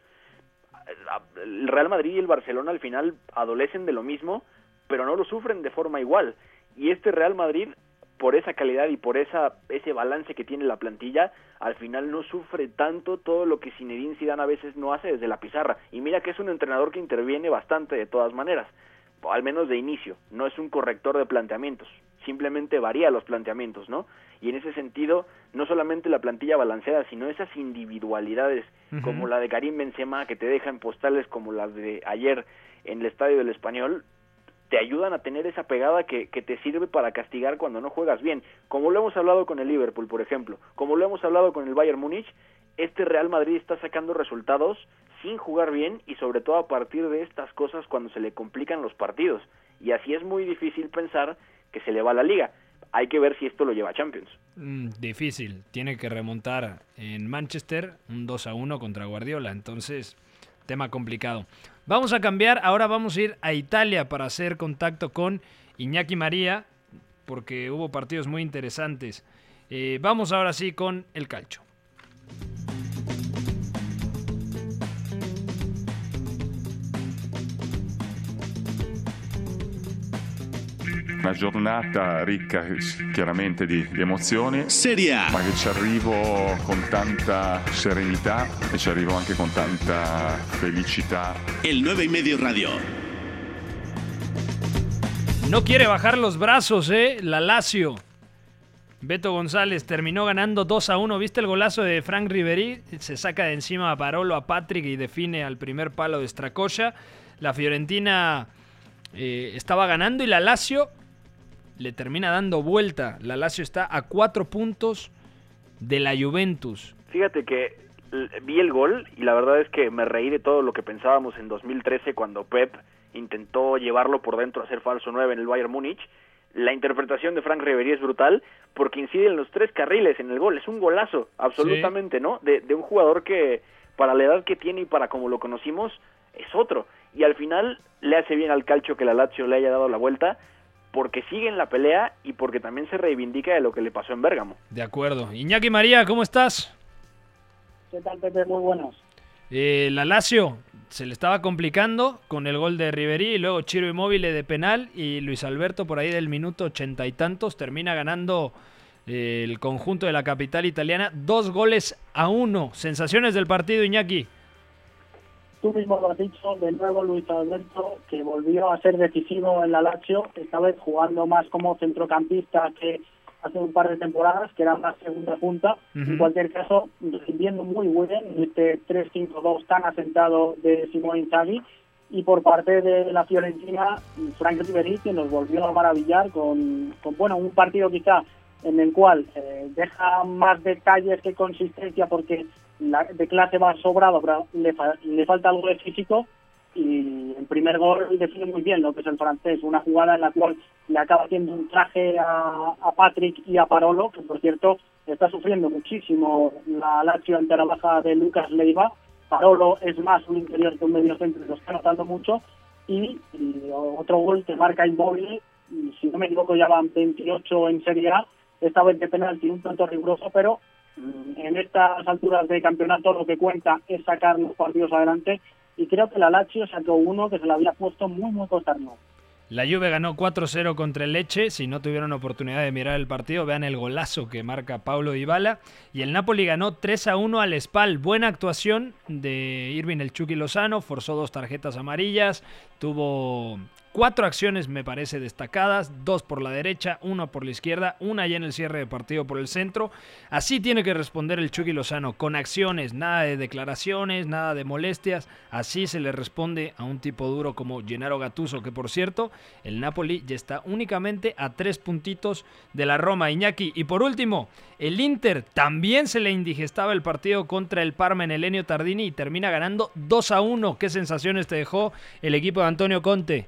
El Real Madrid y el Barcelona al final adolecen de lo mismo, pero no lo sufren de forma igual. Y este Real Madrid, por esa calidad y por ese balance que tiene la plantilla, al final no sufre tanto todo lo que Zinedine Zidane a veces no hace desde la pizarra. Y mira que es un entrenador que interviene bastante de todas maneras, al menos de inicio. No es un corrector de planteamientos, simplemente varía los planteamientos, ¿no? Y en ese sentido, no solamente la plantilla balanceada, sino esas individualidades, como la de Karim Benzema, que te dejan postales como las de ayer en el Estadio del Español, te ayudan a tener esa pegada que te sirve para castigar cuando no juegas bien, como lo hemos hablado con el Liverpool, por ejemplo, como lo hemos hablado con el Bayern Múnich. Este Real Madrid está sacando resultados sin jugar bien y sobre todo a partir de estas cosas cuando se le complican los partidos, y así es muy difícil pensar que se le va la Liga. Hay que ver si esto lo lleva a Champions. Difícil, tiene que remontar en Manchester un 2-1 contra Guardiola, entonces tema complicado. Vamos a cambiar, ahora vamos a ir a Italia para hacer contacto con Iñaki María, porque hubo partidos muy interesantes. Vamos ahora sí con el calcio. Una giornata ricca chiaramente di emozioni, Serie A, ma che ci arrivo con tanta serenità e ci arrivo anche con tanta felicità. El 9 y medio radio. No quiere bajar los brazos, la Lazio. Beto González terminó ganando 2-1. ¿Viste el golazo de Frank Ribéry? Se saca de encima a Parolo, a Patrick y define al primer palo de Strakosha. La Fiorentina estaba ganando y la Lazio le termina dando vuelta. La Lazio está a 4 puntos de la Juventus. Fíjate que vi el gol y la verdad es que me reí de todo lo que pensábamos en 2013 cuando Pep intentó llevarlo por dentro a hacer falso 9 en el Bayern Múnich. la interpretación de Franck Ribéry es brutal porque incide en los 3 carriles en el gol. Es un golazo, absolutamente, sí. ¿No? De un jugador que, para la edad que tiene y para como lo conocimos, es otro. Y al final le hace bien al calcio que la Lazio le haya dado la vuelta, porque sigue en la pelea y porque también se reivindica de lo que le pasó en Bérgamo. De acuerdo. Iñaki María, ¿cómo estás? ¿Qué tal, Pepe? Muy buenos. La Lazio se le estaba complicando con el gol de Ribéry y luego Ciro Immobile de penal y Luis Alberto por ahí del minuto 80 y tantos termina ganando el conjunto de la capital italiana 2-1. Sensaciones del partido, Iñaki. Tú mismo lo has dicho, de nuevo Luis Alberto, que volvió a ser decisivo en la Lazio, esta vez jugando más como centrocampista que hace un par de temporadas, que era más segunda punta. En cualquier caso, viendo muy bien este 3-5-2 tan asentado de Simone Inzaghi. Y por parte de la Fiorentina, Franck Ribéry, que nos volvió a maravillar con un partido quizá en el cual deja más detalles que consistencia porque de clase va sobrado, pero le falta algo de físico, y el primer gol define muy bien lo que es el francés, una jugada en la cual le acaba haciendo un traje a Patrick y a Parolo, que por cierto está sufriendo muchísimo la Lazio ante la baja de Lucas Leiva. Parolo es más un interior que un mediocentro, lo está notando mucho, y otro gol que marca Immobile, y si no me equivoco ya van 28 en Serie A, esta vez de penalti un tanto riguroso, pero en estas alturas de campeonato lo que cuenta es sacar los partidos adelante, y creo que la Lazio sacó uno que se le había puesto muy muy costando. La Juve ganó 4-0 contra el Lecce. Si no tuvieron oportunidad de mirar el partido, vean el golazo que marca Paulo Dybala. Y el Napoli ganó 3-1 al Spal. Buena actuación de Irving el Chucky Lozano, forzó 2 tarjetas amarillas, tuvo 4 acciones me parece destacadas, 2 por la derecha, 1 por la izquierda, 1 ya en el cierre de partido por el centro. Así tiene que responder el Chucky Lozano, con acciones, nada de declaraciones, nada de molestias. Así se le responde a un tipo duro como Gennaro Gattuso, que por cierto, el Napoli ya está únicamente a 3 puntitos de la Roma. Iñaki, y por último, el Inter también se le indigestaba el partido contra el Parma en el Ennio Tardini y termina ganando 2-1. ¿Qué sensaciones te dejó el equipo de Antonio Conte?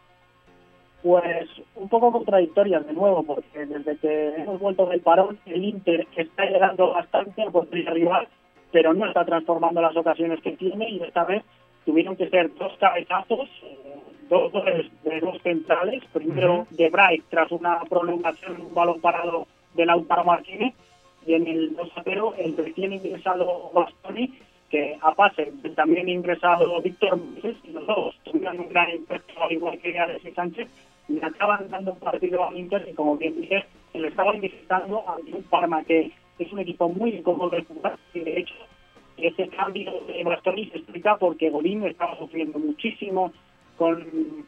Pues un poco contradictorias de nuevo, porque desde que hemos vuelto del parón, el Inter está llegando bastante a portería rival, pero no está transformando las ocasiones que tiene, y esta vez tuvieron que ser 2 cabezazos, 2 goles de 2 centrales. Primero de Bright tras una prolongación, un balón parado de Lautaro Martínez, y en el 2-0 el recién ingresado Bastoni, que a pase también ingresado Víctor Moses, y los dos tuvieron un gran impacto, al igual que Alexis Sánchez, y acaban dando un partido al Inter, y como bien dije, se le estaban visitando a un Parma que es un equipo muy incómodo de jugar, y de hecho ese cambio de Bastoni se explica porque Godín estaba sufriendo muchísimo con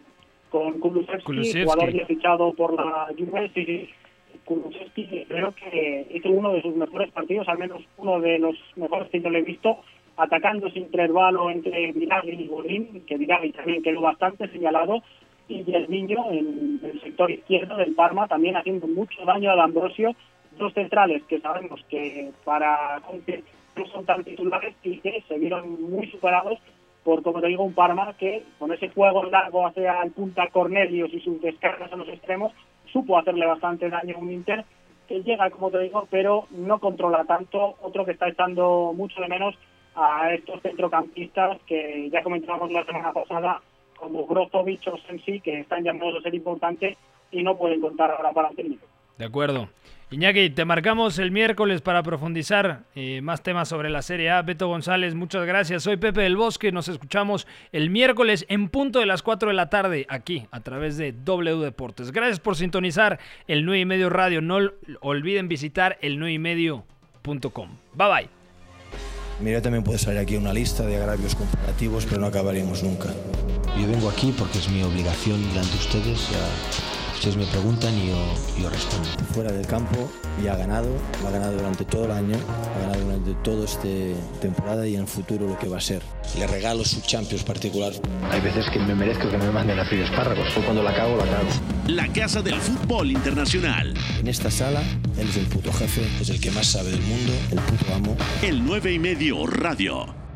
Kulusevski, jugador ya fichado por la Juve. Y Kulusevski creo que hizo uno de sus mejores partidos, al menos uno de los mejores que yo le he visto, atacando sin intervalo entre Biraghi y Godín, que Biraghi también quedó bastante señalado, y el niño en el sector izquierdo del Parma también haciendo mucho daño al Ambrosio. 2 centrales que sabemos que para Conte no son tan titulares y que se vieron muy superados por, como te digo, un Parma que con ese juego largo hacia el punta Cornelius y sus descargas a los extremos supo hacerle bastante daño a un Inter que llega, como te digo, pero no controla tanto. Otro que está echando mucho de menos a estos centrocampistas que ya comentábamos la semana pasada, como Brozovic o Sensi, que están llamados a ser importantes y no pueden contar ahora para el técnico. De acuerdo. Iñaki, te marcamos el miércoles para profundizar más temas sobre la Serie A. Beto González, muchas gracias. Soy Pepe del Bosque. Nos escuchamos el miércoles en punto de las 4 de la tarde aquí a través de W Deportes. Gracias por sintonizar el 9y medio Radio. No olviden visitar el 9ymedio.com. Bye bye. Mira, también puede salir aquí una lista de agravios comparativos, pero no acabaríamos nunca. Yo vengo aquí porque es mi obligación delante de ustedes. Ustedes me preguntan y yo respondo. Fuera del campo ya ha ganado durante todo el año, ha ganado durante toda esta temporada y en el futuro lo que va a ser. Le regalo su Champions particular. Hay veces que me merezco que me manden a freír espárragos. O cuando la cago, la cago. La casa del fútbol internacional. En esta sala, él es el puto jefe, es el que más sabe del mundo, el puto amo. El 9y medio Radio.